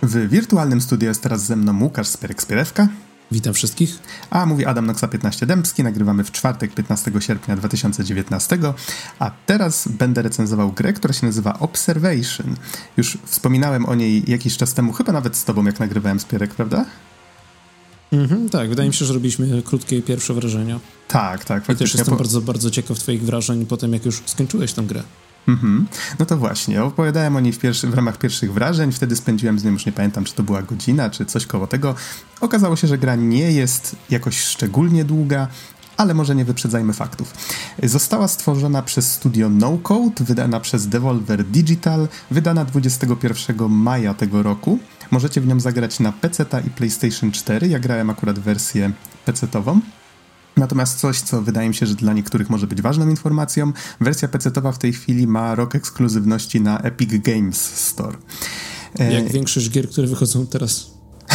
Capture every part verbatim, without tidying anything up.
W wirtualnym studiu jest teraz ze mną Łukasz Spierek-Spierewka. Witam wszystkich. A mówi Adam Noxa piętnaście Dębski. Nagrywamy w czwartek, piętnastego sierpnia dwa tysiące dziewiętnastego. A teraz będę recenzował grę, która się nazywa Observation. Już wspominałem o niej jakiś czas temu, chyba nawet z tobą, jak nagrywałem Spierek, prawda? Mhm, tak, wydaje mi się, że robiliśmy krótkie pierwsze wrażenia. Tak, tak. I też jestem po... bardzo, bardzo ciekaw twoich wrażeń po tym, jak już skończyłeś tę grę. Mhm. No to właśnie, opowiadałem o niej w, pierwszy, w ramach pierwszych wrażeń, wtedy spędziłem z nią, już nie pamiętam, czy to była godzina, czy coś koło tego. Okazało się, że gra nie jest jakoś szczególnie długa, ale może nie wyprzedzajmy faktów. Została stworzona przez studio No Code, wydana przez Devolver Digital, wydana dwudziestego pierwszego maja tego roku. Możecie w nią zagrać na peceta i PlayStation cztery, ja grałem akurat wersję pecetową. Natomiast coś, co wydaje mi się, że dla niektórych może być ważną informacją, wersja pecetowa w tej chwili ma rok ekskluzywności na Epic Games Store. Jak e... większość gier, które wychodzą teraz.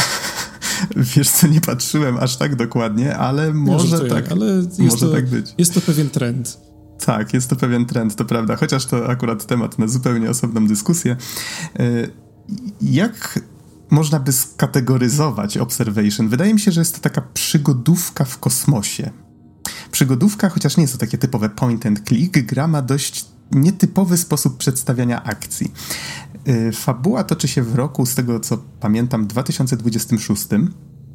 Wiesz co, nie patrzyłem aż tak dokładnie, ale może, żartuję, tak, ale jest może to, tak być. Jest to pewien trend. Tak, jest to pewien trend, to prawda, chociaż to akurat temat na zupełnie osobną dyskusję. E... Jak można by skategoryzować Observation? Wydaje mi się, że jest to taka przygodówka w kosmosie. Przygodówka, chociaż nie jest to takie typowe point and click, gra ma dość nietypowy sposób przedstawiania akcji. Yy, fabuła toczy się w roku, z tego co pamiętam, dwa tysiące dwudziestym szóstym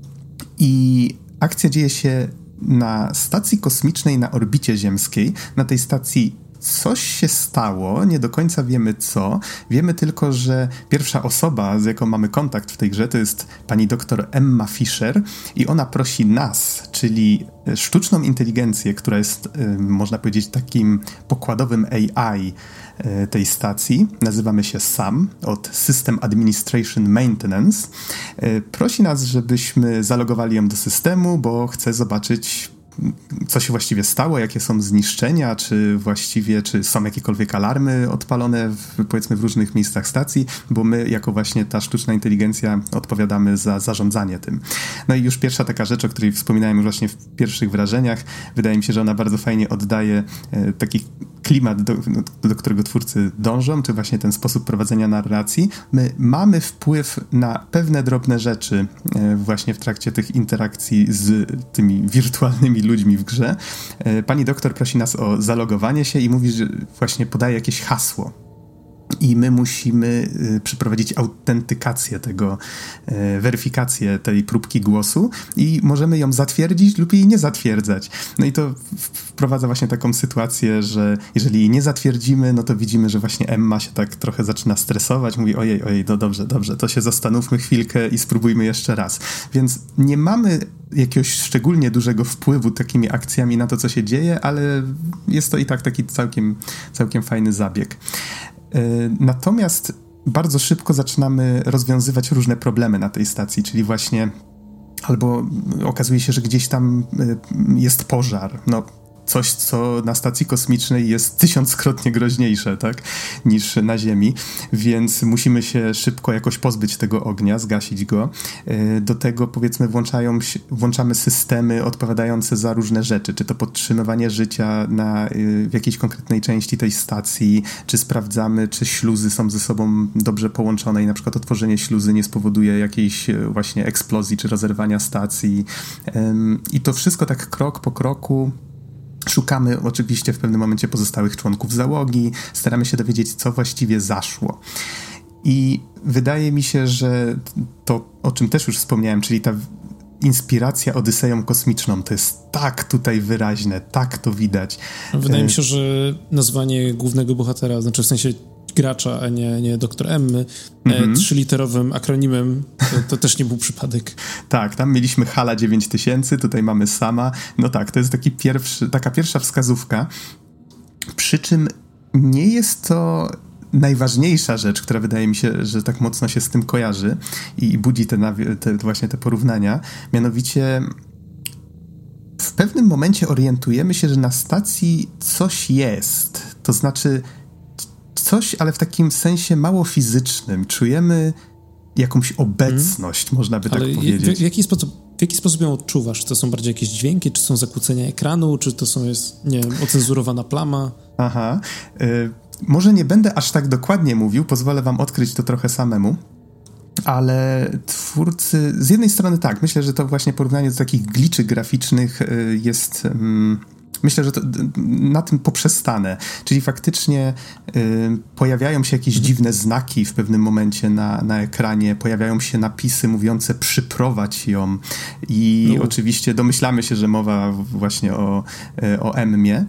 i akcja dzieje się na stacji kosmicznej na orbicie ziemskiej. Na tej stacji coś się stało, nie do końca wiemy co. Wiemy tylko, że pierwsza osoba, z jaką mamy kontakt w tej grze, to jest pani doktor Emma Fisher i ona prosi nas, czyli sztuczną inteligencję, która jest, można powiedzieć, takim pokładowym A I tej stacji, nazywamy się SAM, od System Administration Maintenance, prosi nas, żebyśmy zalogowali ją do systemu, bo chce zobaczyć, co się właściwie stało, jakie są zniszczenia, czy właściwie, czy są jakiekolwiek alarmy odpalone w, powiedzmy w różnych miejscach stacji, bo my jako właśnie ta sztuczna inteligencja odpowiadamy za zarządzanie tym. No i już pierwsza taka rzecz, o której wspominałem już właśnie w pierwszych wrażeniach, wydaje mi się, że ona bardzo fajnie oddaje e, taki klimat, do, do którego twórcy dążą, czy właśnie ten sposób prowadzenia narracji. My mamy wpływ na pewne drobne rzeczy e, właśnie w trakcie tych interakcji z tymi wirtualnymi ludźmi w grze. Pani doktor prosi nas o zalogowanie się i mówi, że właśnie podaje jakieś hasło. I my musimy y, przeprowadzić autentykację tego, y, weryfikację tej próbki głosu i możemy ją zatwierdzić lub jej nie zatwierdzać. No i to wprowadza właśnie taką sytuację, że jeżeli jej nie zatwierdzimy, no to widzimy, że właśnie Emma się tak trochę zaczyna stresować, mówi ojej, ojej, no dobrze, dobrze, to się zastanówmy chwilkę i spróbujmy jeszcze raz. Więc nie mamy jakiegoś szczególnie dużego wpływu takimi akcjami na to, co się dzieje, ale jest to i tak taki całkiem, całkiem fajny zabieg. Natomiast bardzo szybko zaczynamy rozwiązywać różne problemy na tej stacji, czyli właśnie albo okazuje się, że gdzieś tam jest pożar, no coś, co na stacji kosmicznej jest tysiąckrotnie groźniejsze, tak, niż na Ziemi, więc musimy się szybko jakoś pozbyć tego ognia, zgasić go. Do tego, powiedzmy, włączają się, włączamy systemy odpowiadające za różne rzeczy, czy to podtrzymywanie życia na, w jakiejś konkretnej części tej stacji, czy sprawdzamy, czy śluzy są ze sobą dobrze połączone i na przykład otworzenie śluzy nie spowoduje jakiejś właśnie eksplozji, czy rozerwania stacji. I to wszystko tak krok po kroku. Szukamy oczywiście w pewnym momencie pozostałych członków załogi, staramy się dowiedzieć, co właściwie zaszło. I wydaje mi się, że to, o czym też już wspomniałem, czyli ta inspiracja Odyseją kosmiczną, to jest tak tutaj wyraźne, tak to widać. Wydaje mi się, że nazwanie głównego bohatera, znaczy w sensie gracza, a nie, nie doktor Emmy, mm-hmm. trzyliterowym akronimem, to, to też nie był przypadek. Tak, tam mieliśmy Hala dziewięć tysięcy, tutaj mamy Sama. No tak, to jest taki pierwszy, taka pierwsza wskazówka. Przy czym nie jest to najważniejsza rzecz, która wydaje mi się, że tak mocno się z tym kojarzy i budzi te, te właśnie te porównania. Mianowicie w pewnym momencie orientujemy się, że na stacji coś jest. To znaczy coś, ale w takim sensie mało fizycznym. Czujemy jakąś obecność, hmm. można by ale tak powiedzieć. W, w, jaki sposób, w jaki sposób ją odczuwasz? Czy to są bardziej jakieś dźwięki, czy są zakłócenia ekranu, czy to są jest, nie wiem, ocenzurowana plama? Aha. Y- może nie będę aż tak dokładnie mówił, pozwolę wam odkryć to trochę samemu. ale twórcy, z jednej strony tak, myślę, że to właśnie porównanie do takich gliczy graficznych jest, myślę, że to na tym poprzestanę, czyli faktycznie pojawiają się jakieś dziwne znaki w pewnym momencie na, na ekranie, pojawiają się napisy mówiące przyprowadź ją i no. Oczywiście domyślamy się, że mowa właśnie o, o Emmie.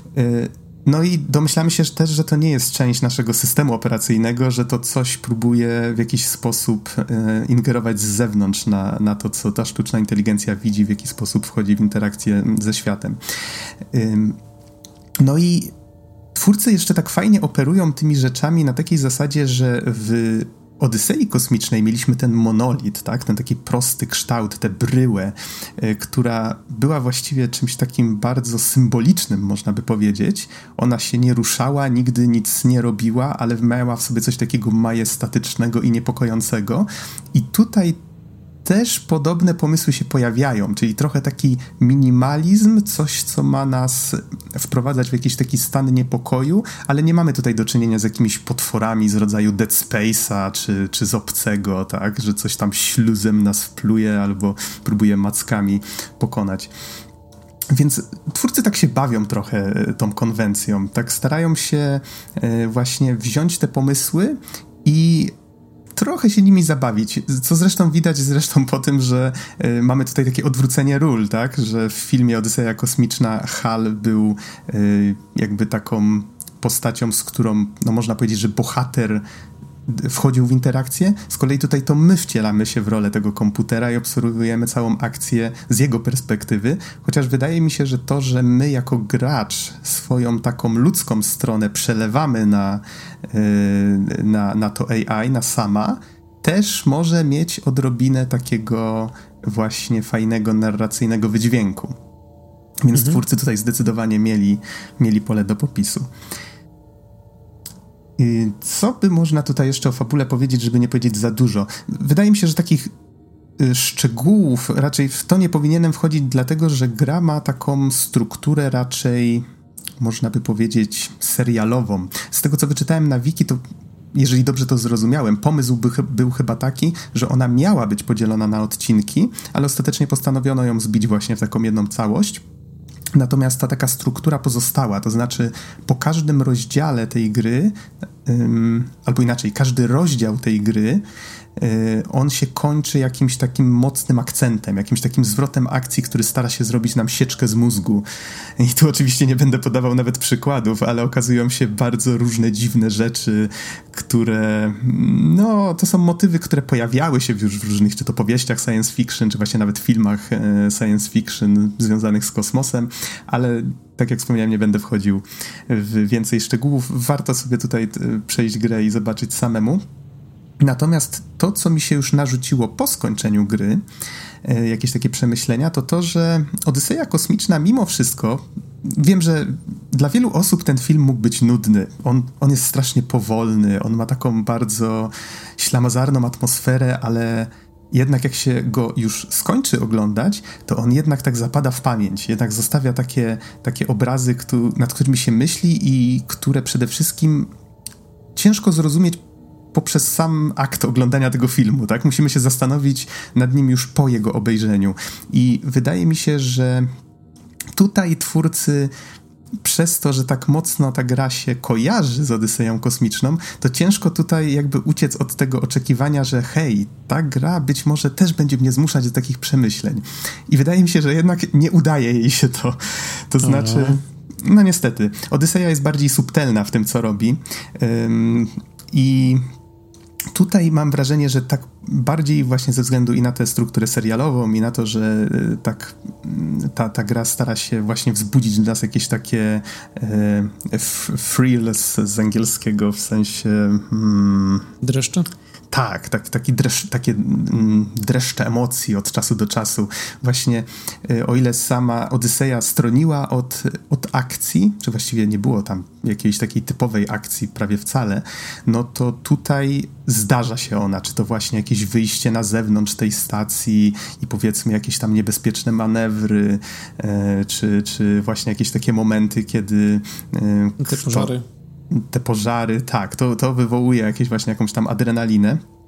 No i domyślamy się też, że to nie jest część naszego systemu operacyjnego, że to coś próbuje w jakiś sposób e, ingerować z zewnątrz na, na to, co ta sztuczna inteligencja widzi, w jaki sposób wchodzi w interakcję ze światem. Ym, no i twórcy jeszcze tak fajnie operują tymi rzeczami na takiej zasadzie, że w Odysei Kosmicznej mieliśmy ten monolit, tak? Ten taki prosty kształt, tę bryłę, y, która była właściwie czymś takim bardzo symbolicznym, można by powiedzieć. Ona się nie ruszała, nigdy nic nie robiła, ale miała w sobie coś takiego majestatycznego i niepokojącego. I tutaj też podobne pomysły się pojawiają, czyli trochę taki minimalizm, coś, co ma nas wprowadzać w jakiś taki stan niepokoju, ale nie mamy tutaj do czynienia z jakimiś potworami z rodzaju Dead Space'a czy, czy z Obcego, tak, że coś tam śluzem nas wpluje albo próbuje mackami pokonać. Więc twórcy tak się bawią trochę tą konwencją, tak starają się właśnie wziąć te pomysły i trochę się nimi zabawić, co zresztą widać zresztą po tym, że y, mamy tutaj takie odwrócenie ról, tak, że w filmie Odyseja Kosmiczna Hal był y, jakby taką postacią, z którą, no można powiedzieć, że bohater wchodził w interakcję, z kolei tutaj to my wcielamy się w rolę tego komputera i obserwujemy całą akcję z jego perspektywy, chociaż wydaje mi się, że to, że my jako gracz swoją taką ludzką stronę przelewamy na, yy, na, na to A I, na sama, też może mieć odrobinę takiego właśnie fajnego, narracyjnego wydźwięku. Więc mhm. twórcy tutaj zdecydowanie mieli, mieli pole do popisu. Co by można tutaj jeszcze o fabule powiedzieć, żeby nie powiedzieć za dużo? Wydaje mi się, że takich szczegółów raczej w to nie powinienem wchodzić, dlatego że gra ma taką strukturę raczej, można by powiedzieć, serialową. Z tego, co wyczytałem na wiki, to jeżeli dobrze to zrozumiałem, pomysł by, był chyba taki, że ona miała być podzielona na odcinki, ale ostatecznie postanowiono ją zbić właśnie w taką jedną całość. Natomiast ta taka struktura pozostała, to znaczy po każdym rozdziale tej gry, ym, albo inaczej, każdy rozdział tej gry, yy, on się kończy jakimś takim mocnym akcentem, jakimś takim zwrotem akcji, który stara się zrobić nam sieczkę z mózgu. I tu oczywiście nie będę podawał nawet przykładów, ale okazują się bardzo różne dziwne rzeczy, które, no, to są motywy, które pojawiały się już w różnych, czy to powieściach science fiction, czy właśnie nawet filmach e, science fiction związanych z kosmosem, ale tak jak wspomniałem, nie będę wchodził w więcej szczegółów. Warto sobie tutaj przejść grę i zobaczyć samemu. Natomiast to, co mi się już narzuciło po skończeniu gry, e, jakieś takie przemyślenia, to to, że Odyseja Kosmiczna mimo wszystko, wiem, że dla wielu osób ten film mógł być nudny. On, on jest strasznie powolny, on ma taką bardzo ślamazarną atmosferę, ale jednak jak się go już skończy oglądać, to on jednak tak zapada w pamięć, jednak zostawia takie, takie obrazy, któ- nad którymi się myśli i które przede wszystkim ciężko zrozumieć poprzez sam akt oglądania tego filmu, tak? Musimy się zastanowić nad nim już po jego obejrzeniu. I wydaje mi się, że tutaj twórcy przez to, że tak mocno ta gra się kojarzy z Odyseją Kosmiczną, to ciężko tutaj jakby uciec od tego oczekiwania, że hej, ta gra być może też będzie mnie zmuszać do takich przemyśleń. I wydaje mi się, że jednak nie udaje jej się to. To znaczy, no niestety, Odyseja jest bardziej subtelna w tym, co robi. Ym, I tutaj mam wrażenie, że tak bardziej właśnie ze względu i na tę strukturę serialową i na to, że tak ta, ta gra stara się właśnie wzbudzić w nas jakieś takie e, thrills z angielskiego, w sensie hmm, dreszcze? Tak, tak, taki dreszcz, takie mm, dreszcze emocji od czasu do czasu. Właśnie y, o ile sama Odyseja stroniła od, od akcji, czy właściwie nie było tam jakiejś takiej typowej akcji prawie wcale, no to tutaj zdarza się ona, czy to właśnie jakieś wyjście na zewnątrz tej stacji i powiedzmy jakieś tam niebezpieczne manewry, y, czy, czy właśnie jakieś takie momenty, kiedy... Y, Te pożary. Te pożary, tak, to, to wywołuje jakieś właśnie jakąś tam adrenalinę.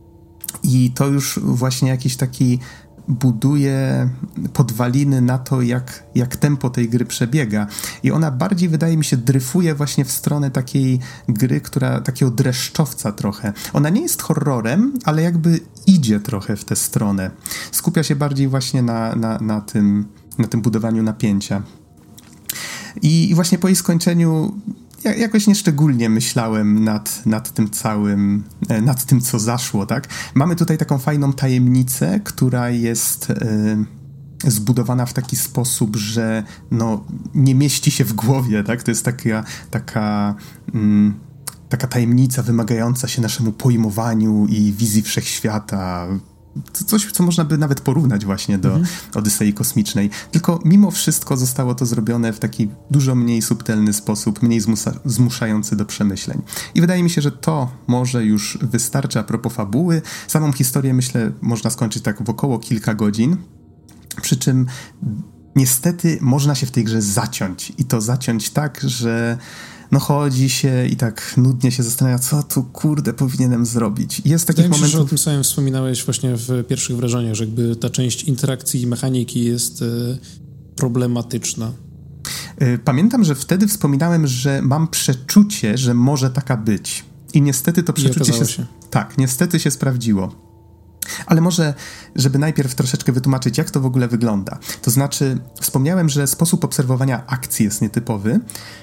I to już właśnie jakiś taki buduje podwaliny na to, jak, jak tempo tej gry przebiega. I ona bardziej, wydaje mi się, dryfuje właśnie w stronę takiej gry, która, takiego dreszczowca trochę. Ona nie jest horrorem, ale jakby idzie trochę w tę stronę. Skupia się bardziej właśnie na, na, na, tym, na tym budowaniu napięcia. I, i właśnie po jej skończeniu ja jakoś nieszczególnie myślałem nad, nad tym całym, nad tym, co zaszło, tak? Mamy tutaj taką fajną tajemnicę, która jest y, zbudowana w taki sposób, że no, nie mieści się w głowie, tak? To jest taka, taka, mm, taka tajemnica wymagająca się naszemu pojmowaniu i wizji wszechświata. Coś, co można by nawet porównać właśnie do mhm. Odysei Kosmicznej. Tylko mimo wszystko zostało to zrobione w taki dużo mniej subtelny sposób, mniej zmusa- zmuszający do przemyśleń. I wydaje mi się, że to może już wystarczy a propos fabuły. Samą historię, myślę, można skończyć tak w około kilka godzin. Przy czym niestety można się w tej grze zaciąć. I to zaciąć tak, że no chodzi się i tak nudnie się zastanawia, co tu kurde powinienem zrobić. Jest takich momentów... że o tym samym wspominałeś właśnie w pierwszych wrażeniach, że jakby ta część interakcji i mechaniki jest y, problematyczna. Pamiętam, że wtedy wspominałem, że mam przeczucie, że może taka być. I niestety to przeczucie się... się... Tak, niestety się sprawdziło. Ale może, żeby najpierw troszeczkę wytłumaczyć, jak to w ogóle wygląda. To znaczy, wspomniałem, że sposób obserwowania akcji jest nietypowy.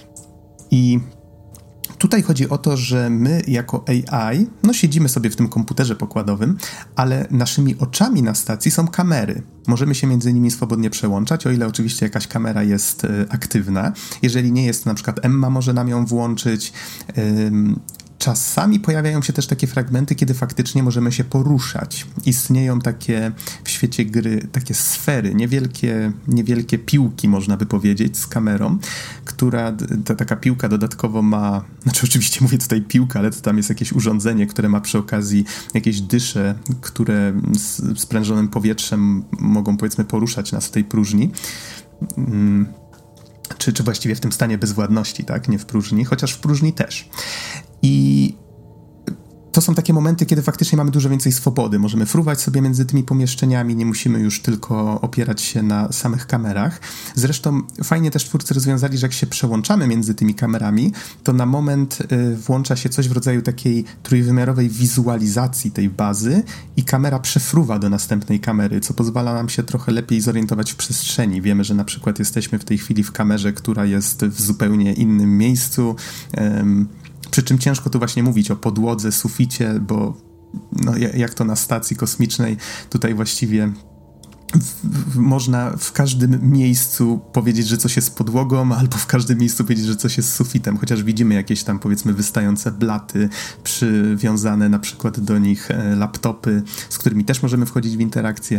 I tutaj chodzi o to, że my jako A I, no siedzimy sobie w tym komputerze pokładowym, ale naszymi oczami na stacji są kamery. Możemy się między nimi swobodnie przełączać, o ile oczywiście jakaś kamera jest y, aktywna. Jeżeli nie jest, to na przykład Emma może nam ją włączyć. Ym, Czasami pojawiają się też takie fragmenty, kiedy faktycznie możemy się poruszać. Istnieją takie w świecie gry, takie sfery, niewielkie, niewielkie piłki, można by powiedzieć, z kamerą, która, ta taka piłka dodatkowo ma, znaczy oczywiście mówię tutaj piłka, ale to tam jest jakieś urządzenie, które ma przy okazji jakieś dysze, które z sprężonym powietrzem mogą, powiedzmy, poruszać nas w tej próżni. Hmm. Czy, czy właściwie w tym stanie bezwładności, tak? Nie w próżni, chociaż w próżni też. I to są takie momenty, kiedy faktycznie mamy dużo więcej swobody. Możemy fruwać sobie między tymi pomieszczeniami, nie musimy już tylko opierać się na samych kamerach. Zresztą fajnie też twórcy rozwiązali, że jak się przełączamy między tymi kamerami, to na moment y, włącza się coś w rodzaju takiej trójwymiarowej wizualizacji tej bazy i kamera przefruwa do następnej kamery, co pozwala nam się trochę lepiej zorientować w przestrzeni. Wiemy, że na przykład jesteśmy w tej chwili w kamerze, która jest w zupełnie innym miejscu. Ym, Przy czym ciężko tu właśnie mówić o podłodze, suficie, bo no, jak to na stacji kosmicznej, tutaj właściwie w, w, można w każdym miejscu powiedzieć, że coś jest z podłogą, albo w każdym miejscu powiedzieć, że coś jest z sufitem, chociaż widzimy jakieś tam, powiedzmy, wystające blaty, przywiązane na przykład do nich laptopy, z którymi też możemy wchodzić w interakcję.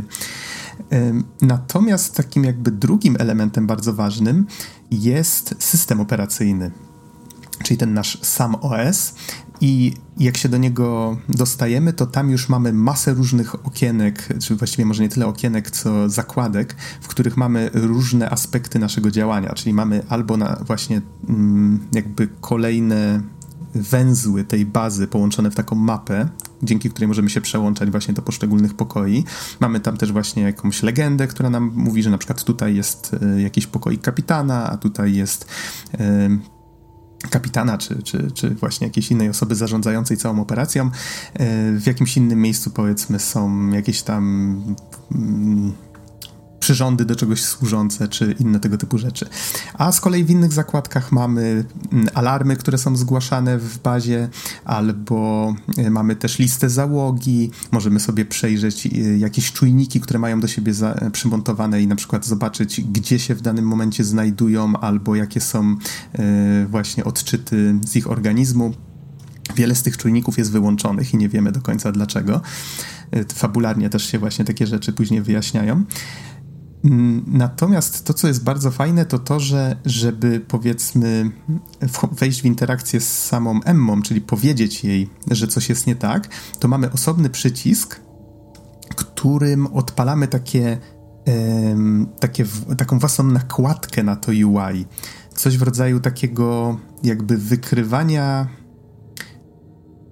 Natomiast takim jakby drugim elementem bardzo ważnym jest system operacyjny, czyli ten nasz SamOS, i jak się do niego dostajemy, to tam już mamy masę różnych okienek, czy właściwie może nie tyle okienek, co zakładek, w których mamy różne aspekty naszego działania, czyli mamy albo na właśnie mm, jakby kolejne węzły tej bazy połączone w taką mapę, dzięki której możemy się przełączać właśnie do poszczególnych pokoi. Mamy tam też właśnie jakąś legendę, która nam mówi, że na przykład tutaj jest y, jakiś pokoik kapitana, a tutaj jest y, kapitana, czy, czy, czy właśnie jakiejś innej osoby zarządzającej całą operacją. W jakimś innym miejscu, powiedzmy, są jakieś tam mm, przyrządy do czegoś służące, czy inne tego typu rzeczy. A z kolei w innych zakładkach mamy alarmy, które są zgłaszane w bazie, albo mamy też listę załogi, możemy sobie przejrzeć jakieś czujniki, które mają do siebie za, przymontowane i na przykład zobaczyć, gdzie się w danym momencie znajdują, albo jakie są y, właśnie odczyty z ich organizmu. Wiele z tych czujników jest wyłączonych i nie wiemy do końca dlaczego. Fabularnie też się właśnie takie rzeczy później wyjaśniają. Natomiast to, co jest bardzo fajne, to to, że żeby, powiedzmy, wejść w interakcję z samą Emmą, czyli powiedzieć jej, że coś jest nie tak, to mamy osobny przycisk, którym odpalamy takie, um, takie taką własną nakładkę na to U I. Coś w rodzaju takiego jakby wykrywania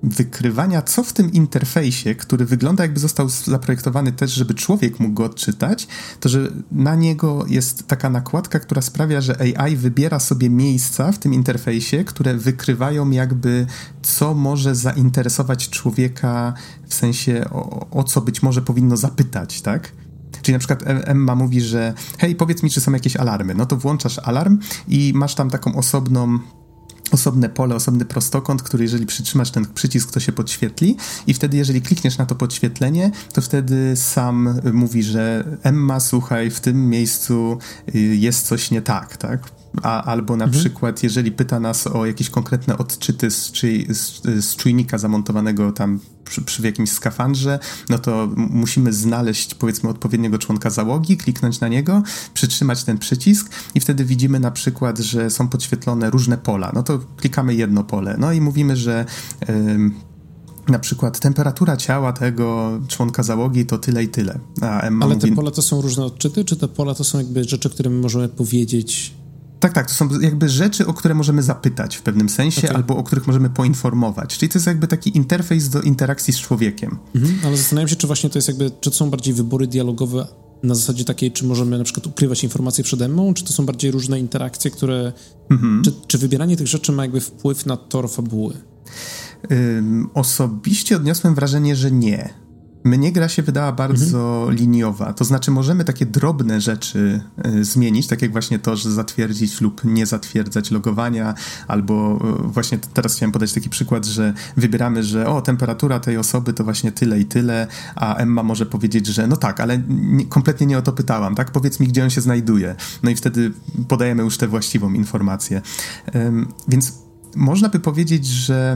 wykrywania, co w tym interfejsie, który wygląda jakby został zaprojektowany też, żeby człowiek mógł go odczytać, to że na niego jest taka nakładka, która sprawia, że A I wybiera sobie miejsca w tym interfejsie, które wykrywają jakby, co może zainteresować człowieka, w sensie o, o co być może powinno zapytać, tak? Czyli na przykład Emma mówi, że hej, powiedz mi, czy są jakieś alarmy. No to włączasz alarm i masz tam taką osobną osobne pole, osobny prostokąt, który jeżeli przytrzymasz ten przycisk, to się podświetli i wtedy jeżeli klikniesz na to podświetlenie, to wtedy sam mówi, że Emma, słuchaj, w tym miejscu jest coś nie tak, tak? A, albo na mhm. przykład, jeżeli pyta nas o jakieś konkretne odczyty z, czy, z, z czujnika zamontowanego tam przy, przy jakimś skafandrze, no to musimy znaleźć, powiedzmy, odpowiedniego członka załogi, kliknąć na niego, przytrzymać ten przycisk i wtedy widzimy na przykład, że są podświetlone różne pola. No to klikamy jedno pole. No i mówimy, że ym, na przykład temperatura ciała tego członka załogi to tyle i tyle. A Emma Ale mówi, te pola to są różne odczyty, czy te pola to są jakby rzeczy, które my możemy powiedzieć? Tak, tak, to są jakby rzeczy, o które możemy zapytać w pewnym sensie, okay. albo o których możemy poinformować. Czyli to jest jakby taki interfejs do interakcji z człowiekiem. Mhm, ale zastanawiam się, czy właśnie to jest jakby, czy to są bardziej wybory dialogowe na zasadzie takiej, czy możemy na przykład ukrywać informacje przede mną, czy to są bardziej różne interakcje, które... Mhm. Czy, czy wybieranie tych rzeczy ma jakby wpływ na tor fabuły? Ym, osobiście odniosłem wrażenie, że nie. Mnie gra się wydała bardzo mhm. liniowa, to znaczy możemy takie drobne rzeczy y, zmienić, tak jak właśnie to, że zatwierdzić lub nie zatwierdzać logowania, albo y, właśnie teraz chciałem podać taki przykład, że wybieramy, że o, temperatura tej osoby to właśnie tyle i tyle, a Emma może powiedzieć, że no tak, ale nie, kompletnie nie o to pytałam, tak? Powiedz mi, gdzie on się znajduje. No i wtedy podajemy już tę właściwą informację. Ym, więc można by powiedzieć, że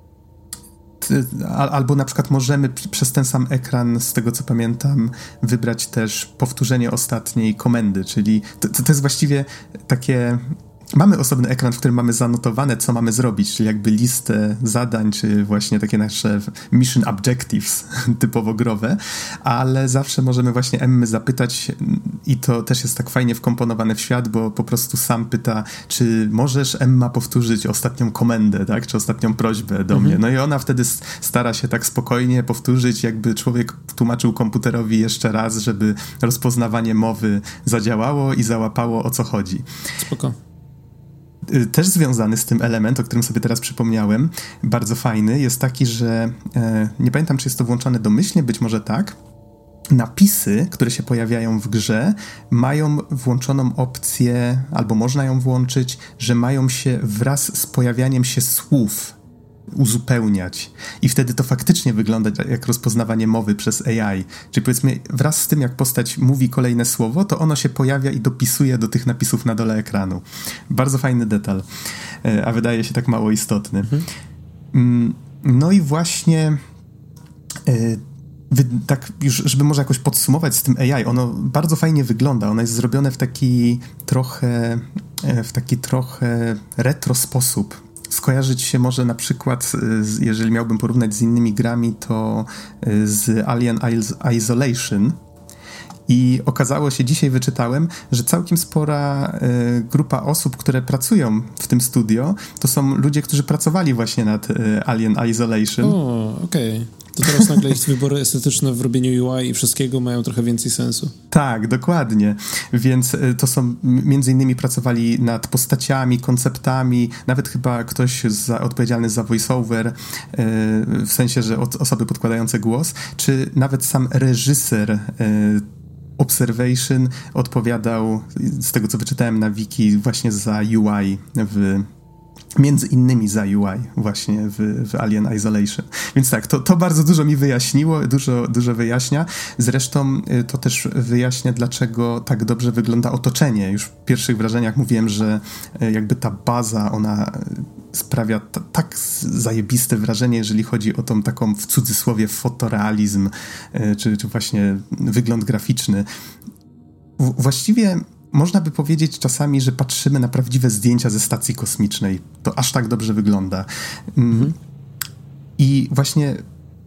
albo na przykład możemy przez ten sam ekran, z tego co pamiętam, wybrać też powtórzenie ostatniej komendy, czyli to, to jest właściwie takie... Mamy osobny ekran, w którym mamy zanotowane, co mamy zrobić, czyli jakby listę zadań, czy właśnie takie nasze mission objectives typowo growe, ale zawsze możemy właśnie Emmy zapytać i to też jest tak fajnie wkomponowane w świat, bo po prostu sam pyta, czy możesz, Emma, powtórzyć ostatnią komendę, tak, czy ostatnią prośbę do mhm. mnie. No i ona wtedy stara się tak spokojnie powtórzyć, jakby człowiek tłumaczył komputerowi jeszcze raz, żeby rozpoznawanie mowy zadziałało i załapało, o co chodzi. Spoko. Też związany z tym element, o którym sobie teraz przypomniałem, bardzo fajny, jest taki, że e, nie pamiętam, czy jest to włączone domyślnie, być może tak. Napisy, które się pojawiają w grze, mają włączoną opcję, albo można ją włączyć, że mają się wraz z pojawianiem się słów uzupełniać. I wtedy to faktycznie wygląda jak rozpoznawanie mowy przez A I. Czyli powiedzmy, wraz z tym, jak postać mówi kolejne słowo, to ono się pojawia i dopisuje do tych napisów na dole ekranu. Bardzo fajny detal, a wydaje się tak mało istotny. Mhm. No i właśnie tak już, żeby może jakoś podsumować z tym A I, ono bardzo fajnie wygląda. Ono jest zrobione w taki trochę w taki trochę retro sposób. Skojarzyć się może na przykład, jeżeli miałbym porównać z innymi grami, to z Alien Isolation. I okazało się, dzisiaj wyczytałem, że całkiem spora y, grupa osób, które pracują w tym studio, to są ludzie, którzy pracowali właśnie nad y, Alien Isolation. O, okej. Okay. To teraz nagle ich wybory estetyczne w robieniu U I i wszystkiego mają trochę więcej sensu. Tak, dokładnie. Więc y, to są, między innymi pracowali nad postaciami, konceptami, nawet chyba ktoś za, odpowiedzialny za voice-over, y, w sensie, że od, osoby podkładające głos, czy nawet sam reżyser y, Observation odpowiadał, z tego co wyczytałem na wiki, właśnie za U I w... między innymi za U I właśnie w, w Alien Isolation. Więc tak, to, to bardzo dużo mi wyjaśniło, dużo, dużo wyjaśnia. Zresztą to też wyjaśnia, dlaczego tak dobrze wygląda otoczenie. Już w pierwszych wrażeniach mówiłem, że jakby ta baza, ona sprawia t- tak zajebiste wrażenie, jeżeli chodzi o tą taką w cudzysłowie fotorealizm, czy, czy właśnie wygląd graficzny. W- właściwie można by powiedzieć czasami, że patrzymy na prawdziwe zdjęcia ze stacji kosmicznej. To aż tak dobrze wygląda. Mhm. I właśnie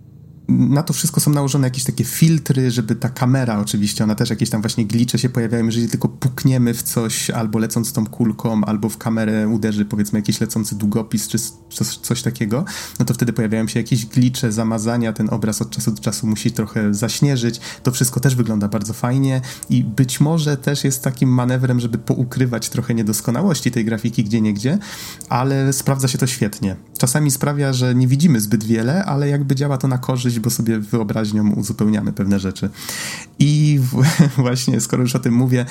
na to wszystko są nałożone jakieś takie filtry, żeby ta kamera oczywiście, ona też jakieś tam właśnie glicze się pojawiają, jeżeli tylko pukniemy w coś, albo lecąc tą kulką, albo w kamerę uderzy powiedzmy jakiś lecący długopis, czy coś, coś takiego, no to wtedy pojawiają się jakieś glicze, zamazania, ten obraz od czasu do czasu musi trochę zaśnieżyć, to wszystko też wygląda bardzo fajnie i być może też jest takim manewrem, żeby poukrywać trochę niedoskonałości tej grafiki gdzieniegdzie, ale sprawdza się to świetnie. Czasami sprawia, że nie widzimy zbyt wiele, ale jakby działa to na korzyść, bo sobie wyobraźnią uzupełniamy pewne rzeczy. I w- właśnie, skoro już o tym mówię,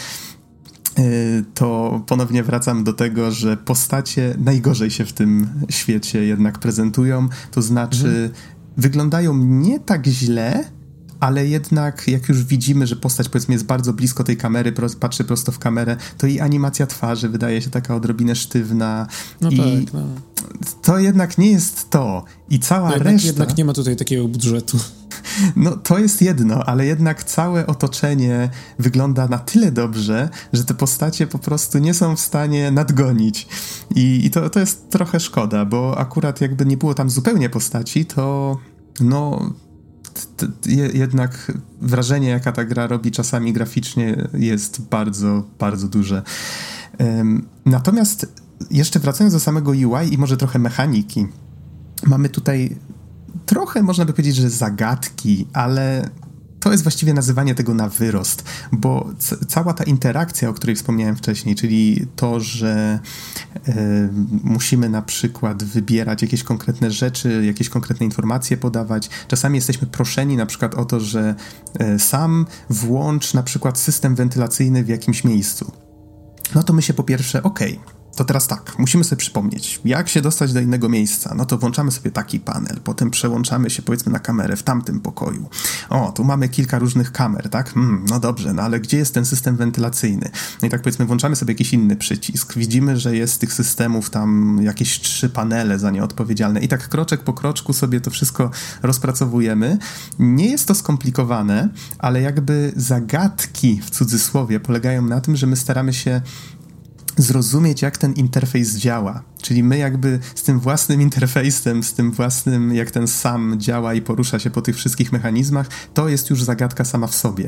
to ponownie wracam do tego, że postacie najgorzej się w tym świecie jednak prezentują, to znaczy mhm. wyglądają nie tak źle, ale jednak jak już widzimy, że postać powiedzmy jest bardzo blisko tej kamery, patrzy prosto w kamerę, to i animacja twarzy wydaje się taka odrobinę sztywna. No i tak, no. To jednak nie jest to. I cała jednak, reszta... Jednak nie ma tutaj takiego budżetu. No to jest jedno, ale jednak całe otoczenie wygląda na tyle dobrze, że te postacie po prostu nie są w stanie nadgonić. I, i to, to jest trochę szkoda, bo akurat jakby nie było tam zupełnie postaci, to no... T- t- jednak wrażenie, jaka ta gra robi czasami graficznie, jest bardzo, bardzo duże. Um, natomiast jeszcze wracając do samego U I i może trochę mechaniki, mamy tutaj trochę, można by powiedzieć, że zagadki, ale to jest właściwie nazywanie tego na wyrost, bo c- cała ta interakcja, o której wspomniałem wcześniej, czyli to, że y, musimy na przykład wybierać jakieś konkretne rzeczy, jakieś konkretne informacje podawać. Czasami jesteśmy proszeni na przykład o to, że y, sam włącz na przykład system wentylacyjny w jakimś miejscu. No to my się po pierwsze, okej, okay, to teraz tak, musimy sobie przypomnieć, jak się dostać do innego miejsca. No to włączamy sobie taki panel, potem przełączamy się powiedzmy na kamerę w tamtym pokoju. O, tu mamy kilka różnych kamer, tak? Hmm, no dobrze, no ale gdzie jest ten system wentylacyjny? No i tak powiedzmy włączamy sobie jakiś inny przycisk. Widzimy, że jest z tych systemów tam jakieś trzy panele za nie odpowiedzialne i tak kroczek po kroczku sobie to wszystko rozpracowujemy. Nie jest to skomplikowane, ale jakby zagadki w cudzysłowie polegają na tym, że my staramy się zrozumieć, jak ten interfejs działa. Czyli my jakby z tym własnym interfejsem, z tym własnym, jak ten sam działa i porusza się po tych wszystkich mechanizmach, to jest już zagadka sama w sobie.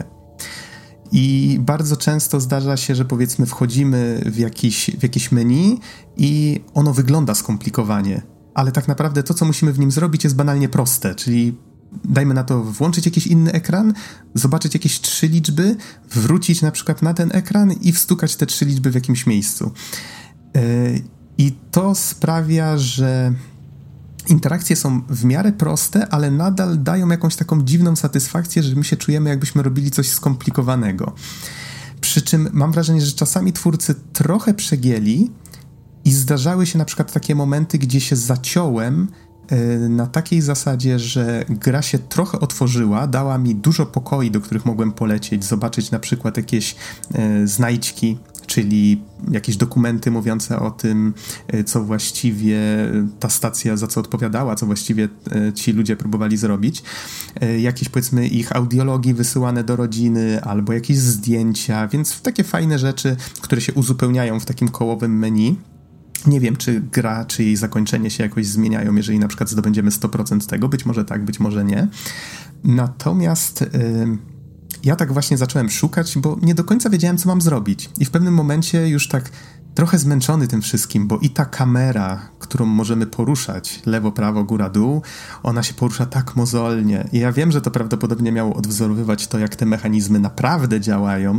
I bardzo często zdarza się, że powiedzmy wchodzimy w jakiś, w jakieś menu i ono wygląda skomplikowanie, ale tak naprawdę to, co musimy w nim zrobić, jest banalnie proste, czyli dajmy na to włączyć jakiś inny ekran, zobaczyć jakieś trzy liczby, wrócić na przykład na ten ekran i wstukać te trzy liczby w jakimś miejscu. Yy, I to sprawia, że interakcje są w miarę proste, ale nadal dają jakąś taką dziwną satysfakcję, że my się czujemy, jakbyśmy robili coś skomplikowanego. Przy czym mam wrażenie, że czasami twórcy trochę przegięli i zdarzały się na przykład takie momenty, gdzie się zaciąłem na takiej zasadzie, że gra się trochę otworzyła, dała mi dużo pokoi, do których mogłem polecieć, zobaczyć na przykład jakieś e, znajdźki, czyli jakieś dokumenty mówiące o tym, e, co właściwie ta stacja za co odpowiadała, co właściwie e, ci ludzie próbowali zrobić. E, jakieś powiedzmy ich audiologii wysyłane do rodziny, albo jakieś zdjęcia, więc takie fajne rzeczy, które się uzupełniają w takim kołowym menu. Nie wiem, czy gra, czy jej zakończenie się jakoś zmieniają, jeżeli na przykład zdobędziemy sto procent tego. Być może tak, być może nie. Natomiast yy, ja tak właśnie zacząłem szukać, bo nie do końca wiedziałem, co mam zrobić. I w pewnym momencie już tak trochę zmęczony tym wszystkim, bo i ta kamera, którą możemy poruszać, lewo, prawo, góra, dół, ona się porusza tak mozolnie. I ja wiem, że to prawdopodobnie miało odwzorowywać to, jak te mechanizmy naprawdę działają.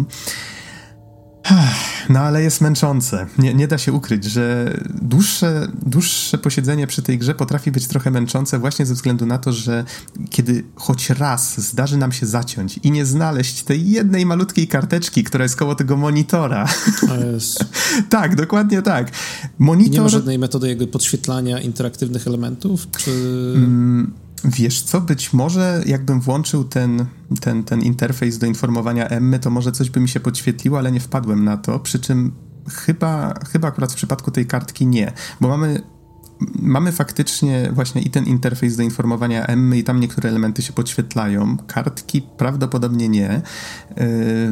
No ale jest męczące. Nie, nie da się ukryć, że dłuższe, dłuższe posiedzenie przy tej grze potrafi być trochę męczące właśnie ze względu na to, że kiedy choć raz zdarzy nam się zaciąć i nie znaleźć tej jednej malutkiej karteczki, która jest koło tego monitora. Jest. Tak, dokładnie tak. Monitor... I nie ma żadnej metody jakby podświetlania interaktywnych elementów? Czy... Mm, wiesz co, być może jakbym włączył ten, ten, ten interfejs do informowania Emmy, to może coś by mi się podświetliło, ale nie wpadłem na to, przy czym chyba, chyba akurat w przypadku tej kartki nie, bo mamy Mamy faktycznie właśnie i ten interfejs do informowania Emmy i tam niektóre elementy się podświetlają. Kartki prawdopodobnie nie.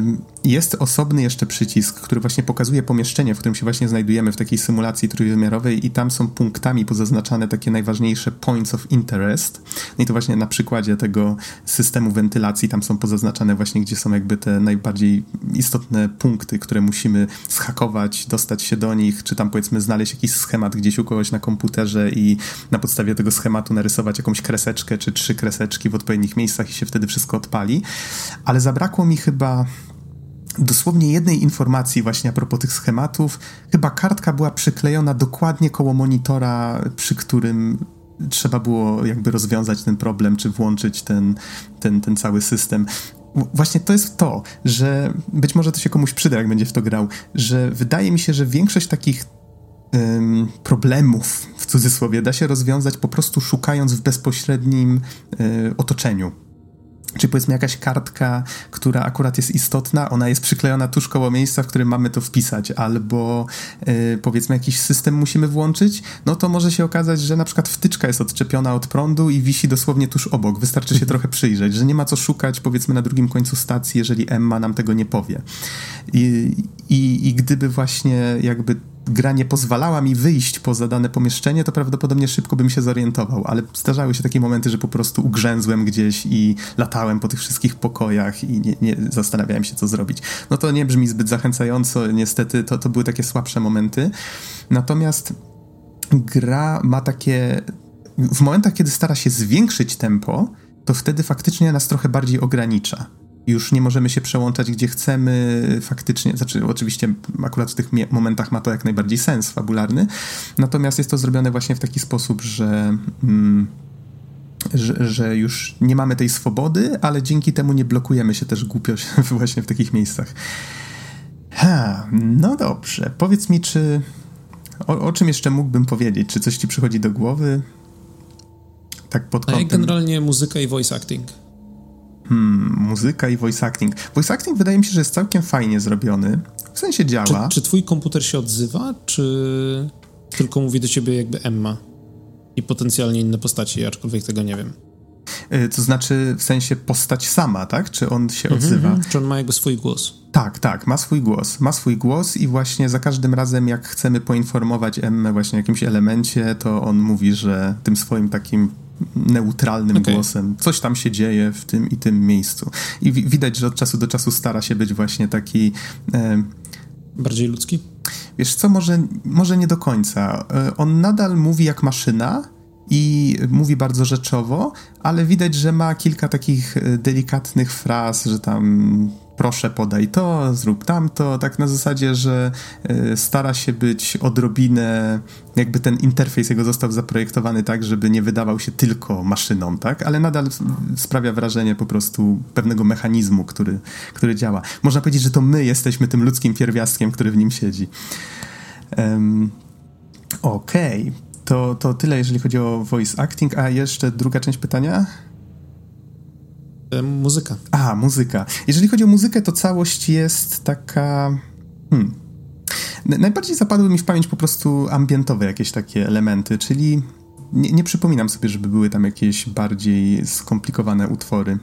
jest osobny jeszcze przycisk, który właśnie pokazuje pomieszczenie, w którym się właśnie znajdujemy w takiej symulacji trójwymiarowej i tam są punktami pozaznaczane takie najważniejsze points of interest. No i to właśnie na przykładzie tego systemu wentylacji tam są pozaznaczane właśnie, gdzie są jakby te najbardziej istotne punkty, które musimy zhakować, dostać się do nich, czy tam powiedzmy znaleźć jakiś schemat gdzieś u kogoś na komputerze i na podstawie tego schematu narysować jakąś kreseczkę, czy trzy kreseczki w odpowiednich miejscach i się wtedy wszystko odpali. Ale zabrakło mi chyba dosłownie jednej informacji właśnie a propos tych schematów. Chyba kartka była przyklejona dokładnie koło monitora, przy którym trzeba było jakby rozwiązać ten problem, czy włączyć ten, ten, ten cały system. Właśnie to jest to, że być może to się komuś przyda, jak będzie w to grał, że wydaje mi się, że większość takich ym, problemów, w cudzysłowie, da się rozwiązać po prostu szukając w bezpośrednim y, otoczeniu. Czyli powiedzmy jakaś kartka, która akurat jest istotna, ona jest przyklejona tuż koło miejsca, w którym mamy to wpisać, albo yy, powiedzmy jakiś system musimy włączyć, no to może się okazać, że na przykład wtyczka jest odczepiona od prądu i wisi dosłownie tuż obok. Wystarczy się trochę przyjrzeć, że nie ma co szukać powiedzmy na drugim końcu stacji, jeżeli Emma nam tego nie powie. I, i, i gdyby właśnie jakby gra nie pozwalała mi wyjść poza dane pomieszczenie, to prawdopodobnie szybko bym się zorientował, ale zdarzały się takie momenty, że po prostu ugrzęzłem gdzieś i latałem po tych wszystkich pokojach i nie, nie zastanawiałem się, co zrobić. No to nie brzmi zbyt zachęcająco, niestety to, to były takie słabsze momenty. Natomiast gra ma takie... W momentach, kiedy stara się zwiększyć tempo, to wtedy faktycznie nas trochę bardziej ogranicza. Już nie możemy się przełączać gdzie chcemy faktycznie, znaczy oczywiście akurat w tych mie- momentach ma to jak najbardziej sens fabularny, natomiast jest to zrobione właśnie w taki sposób, że, mm, że, że już nie mamy tej swobody, ale dzięki temu nie blokujemy się też głupio właśnie w takich miejscach. Ha, no dobrze, powiedz mi, czy o, o czym jeszcze mógłbym powiedzieć? Czy coś ci przychodzi do głowy? Tak pod kątem... A jak generalnie muzyka i voice acting? Hmm, muzyka i voice acting. Voice acting wydaje mi się, że jest całkiem fajnie zrobiony. W sensie działa. Czy, czy twój komputer się odzywa, czy tylko mówi do ciebie jakby Emma i potencjalnie inne postaci, aczkolwiek tego nie wiem. Yy, to znaczy w sensie postać sama, tak? Czy on się odzywa? Mhm, czy on ma jakby swój głos? Tak, tak, ma swój głos. Ma swój głos i właśnie za każdym razem, jak chcemy poinformować Emmę właśnie o jakimś elemencie, to on mówi, że tym swoim takim neutralnym okay. głosem coś tam się dzieje w tym i tym miejscu. I wi- widać, że od czasu do czasu stara się być właśnie taki... E, bardziej ludzki? Wiesz co, może, może nie do końca. E, on nadal mówi jak maszyna i mówi bardzo rzeczowo, ale widać, że ma kilka takich delikatnych fraz, że tam proszę podaj to, zrób tamto, tak na zasadzie, że y, stara się być odrobinę, jakby ten interfejs jego został zaprojektowany tak, żeby nie wydawał się tylko maszyną, tak, ale nadal sprawia wrażenie po prostu pewnego mechanizmu, który, który działa. Można powiedzieć, że to my jesteśmy tym ludzkim pierwiastkiem, który w nim siedzi. Um, Okej, okay. to, to tyle, jeżeli chodzi o voice acting, a jeszcze druga część pytania? Muzyka. A, muzyka. Jeżeli chodzi o muzykę, to całość jest taka... Hmm. Najbardziej zapadły mi w pamięć po prostu ambientowe jakieś takie elementy, czyli nie, nie przypominam sobie, żeby były tam jakieś bardziej skomplikowane utwory.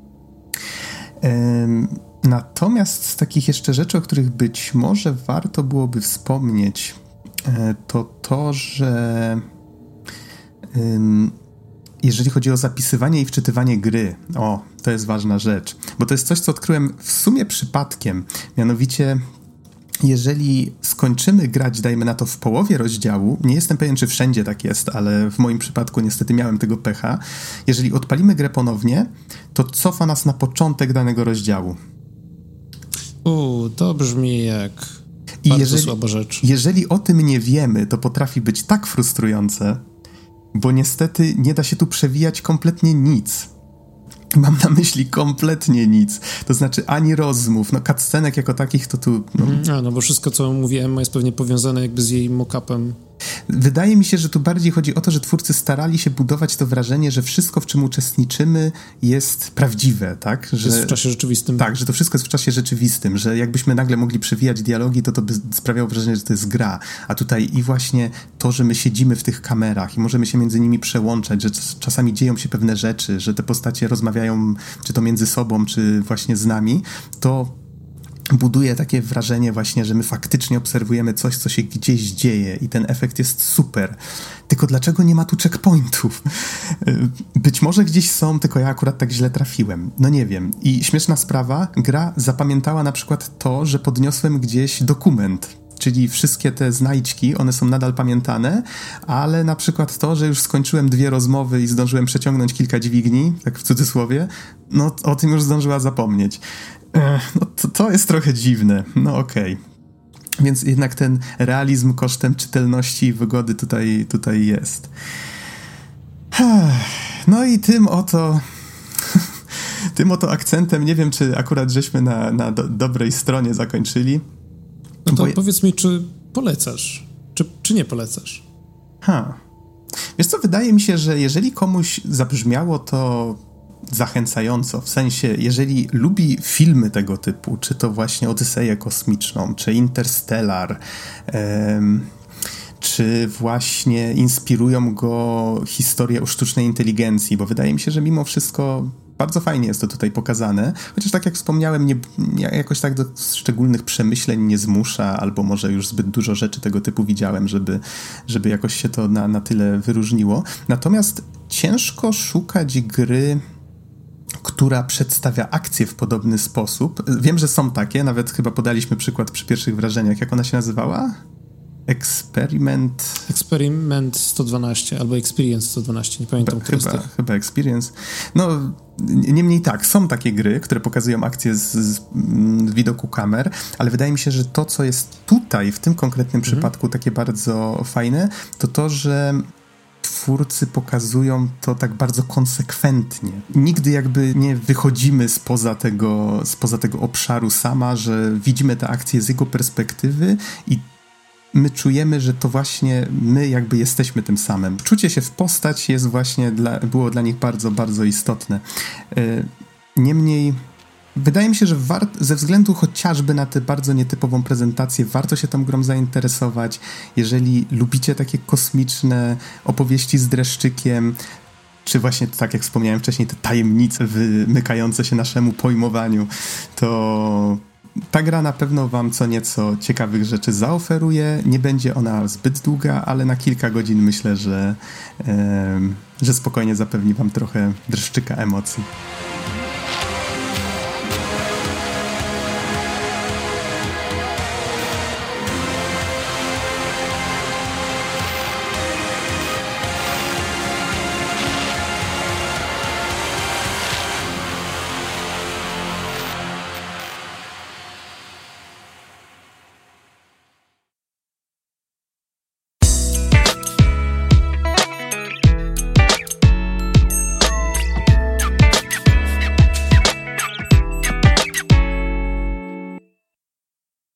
Ym, natomiast z takich jeszcze rzeczy, o których być może warto byłoby wspomnieć, y, to to, że... Ym, Jeżeli chodzi o zapisywanie i wczytywanie gry, o, to jest ważna rzecz, bo to jest coś, co odkryłem w sumie przypadkiem, mianowicie jeżeli skończymy grać, dajmy na to w połowie rozdziału, nie jestem pewien, czy wszędzie tak jest, ale w moim przypadku niestety miałem tego pecha, jeżeli odpalimy grę ponownie, to cofa nas na początek danego rozdziału. Uuu, to brzmi jak I bardzo jeżeli, słaba rzecz. Jeżeli o tym nie wiemy, to potrafi być tak frustrujące, bo niestety nie da się tu przewijać kompletnie nic. Mam na myśli kompletnie nic. To znaczy ani rozmów, no cutscenek jako takich to tu... No, mm, a, no bo wszystko, co mówi Emma, jest pewnie powiązane jakby z jej mock-upem. Wydaje mi się, że tu bardziej chodzi o to, że twórcy starali się budować to wrażenie, że wszystko, w czym uczestniczymy, jest prawdziwe, tak? Że, jest w czasie rzeczywistym. Tak, że to wszystko jest w czasie rzeczywistym, że jakbyśmy nagle mogli przewijać dialogi, to to by sprawiało wrażenie, że to jest gra. A tutaj i właśnie to, że my siedzimy w tych kamerach i możemy się między nimi przełączać, że czasami dzieją się pewne rzeczy, że te postacie rozmawiają czy to między sobą, czy właśnie z nami, to buduje takie wrażenie właśnie, że my faktycznie obserwujemy coś, co się gdzieś dzieje i ten efekt jest super. Tylko dlaczego nie ma tu checkpointów? Być może gdzieś są, tylko ja akurat tak źle trafiłem. No nie wiem. I śmieszna sprawa, gra zapamiętała na przykład to, że podniosłem gdzieś dokument. Czyli wszystkie te znajdźki, one są nadal pamiętane, ale na przykład to, że już skończyłem dwie rozmowy i zdążyłem przeciągnąć kilka dźwigni, tak w cudzysłowie, no o tym już zdążyła zapomnieć. No to, to jest trochę dziwne, no okej. Okay. Więc jednak ten realizm kosztem czytelności i wygody tutaj, tutaj jest. No i tym oto tym oto akcentem, nie wiem, czy akurat żeśmy na, na do, dobrej stronie zakończyli. No to bo... powiedz mi, czy polecasz, czy, czy nie polecasz? Ha. Wiesz co, wydaje mi się, że jeżeli komuś zabrzmiało to zachęcająco, w sensie, jeżeli lubi filmy tego typu, czy to właśnie Odyseję Kosmiczną, czy Interstellar, em, czy właśnie inspirują go historie o sztucznej inteligencji, bo wydaje mi się, że mimo wszystko bardzo fajnie jest to tutaj pokazane, chociaż tak jak wspomniałem, nie, jakoś tak do szczególnych przemyśleń nie zmusza, albo może już zbyt dużo rzeczy tego typu widziałem, żeby, żeby jakoś się to na, na tyle wyróżniło. Natomiast ciężko szukać gry, która przedstawia akcję w podobny sposób. Wiem, że są takie, nawet chyba podaliśmy przykład przy pierwszych wrażeniach. Jak ona się nazywała? Eksperyment... Eksperyment sto dwanaście albo Experience sto dwanaście, nie pamiętam, który chyba, z tych. chyba Experience. No, niemniej tak, są takie gry, które pokazują akcje z, z widoku kamer, ale wydaje mi się, że to, co jest tutaj, w tym konkretnym mhm. przypadku takie bardzo fajne, to to, że twórcy pokazują to tak bardzo konsekwentnie. Nigdy jakby nie wychodzimy spoza tego, spoza tego obszaru sama, że widzimy tę akcję z jego perspektywy i my czujemy, że to właśnie my jakby jesteśmy tym samym. Czucie się w postać jest właśnie dla, było dla nich bardzo, bardzo istotne. Niemniej wydaje mi się, że war- ze względu chociażby na tę bardzo nietypową prezentację warto się tą grą zainteresować. Jeżeli lubicie takie kosmiczne opowieści z dreszczykiem, czy właśnie tak jak wspomniałem wcześniej, te tajemnice wymykające się naszemu pojmowaniu, to ta gra na pewno wam co nieco ciekawych rzeczy zaoferuje. Nie będzie ona zbyt długa, ale na kilka godzin myślę, że, e, że spokojnie zapewni wam trochę dreszczyka emocji.